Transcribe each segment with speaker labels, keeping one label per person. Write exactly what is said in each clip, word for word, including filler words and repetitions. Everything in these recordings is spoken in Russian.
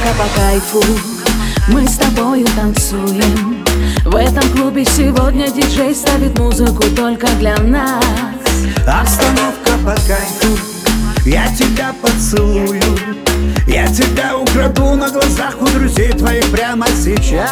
Speaker 1: Обстановка по кайфу, мы с тобою танцуем. В этом клубе сегодня диджей ставит музыку только для нас.
Speaker 2: Обстановка по кайфу, я тебя поцелую, я тебя украду на глазах у друзей твоих прямо сейчас.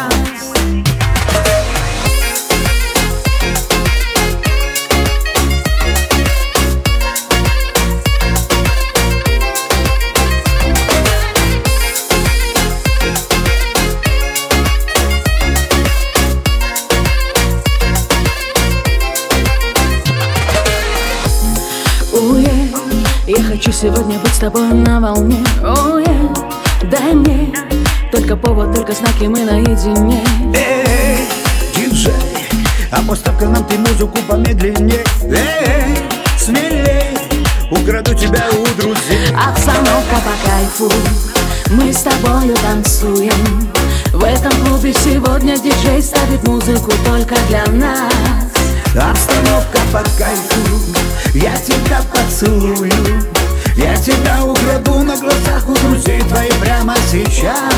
Speaker 1: Я хочу сегодня быть с тобой на волне. Oh, yeah. Дай мне только повод, только знаки, мы наедине.
Speaker 2: Эй, диджей, а поставь-ка нам ты музыку помедленнее. Эй, смелей, украду тебя у друзей.
Speaker 1: Обстановка по кайфу, мы с тобою танцуем. В этом клубе сегодня диджей ставит музыку только для нас.
Speaker 2: Обстановка по кайфу, я тебя поцелую, я тебя украду на глазах у друзей твоих прямо сейчас.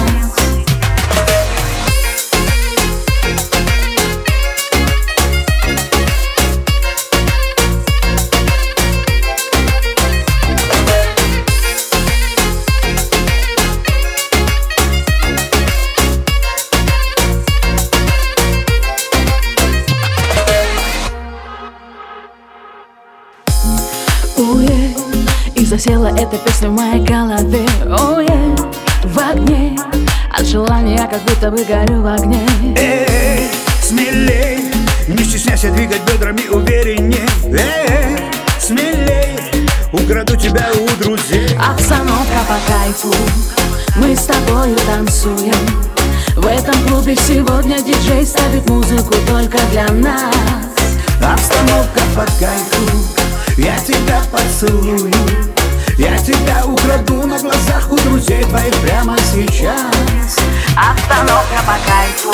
Speaker 1: Oh, yeah. И засела эта песня в моей голове. Oh, yeah. В огне, от желания как будто бы горю в огне.
Speaker 2: Эй, смелей, не стесняйся двигать бедрами увереннее. Эй, смелей, украду тебя у друзей.
Speaker 1: Обстановка по кайфу, мы с тобою танцуем. В этом клубе сегодня диджей ставит музыку только для нас.
Speaker 2: Обстановка по кайфу, я тебя поцелую, я тебя украду на глазах у друзей твоих прямо сейчас.
Speaker 1: Обстановка по кайфу,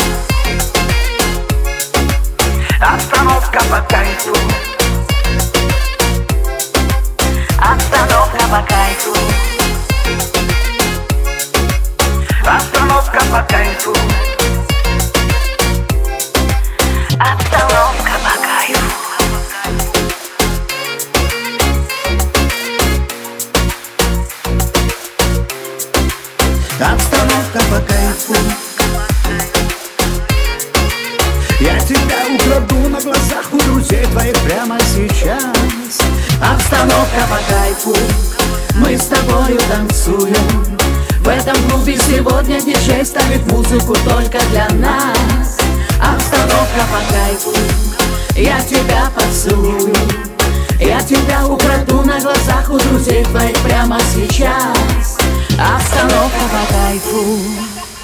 Speaker 2: обстановка по кайфу,
Speaker 1: обстановка по кайфу,
Speaker 2: обстановка по кайфу,
Speaker 1: обстановка по кайфу.
Speaker 2: Обстановка по кайфу, я тебя украду на глазах у друзей твоих прямо сейчас.
Speaker 1: Обстановка по кайфу, мы с тобою танцуем. В этом клубе сегодня диджей ставит музыку только для нас. Обстановка по кайфу, я тебя поцелую, я тебя украду на глазах у друзей твоих прямо сейчас. Обстановка по кайфу.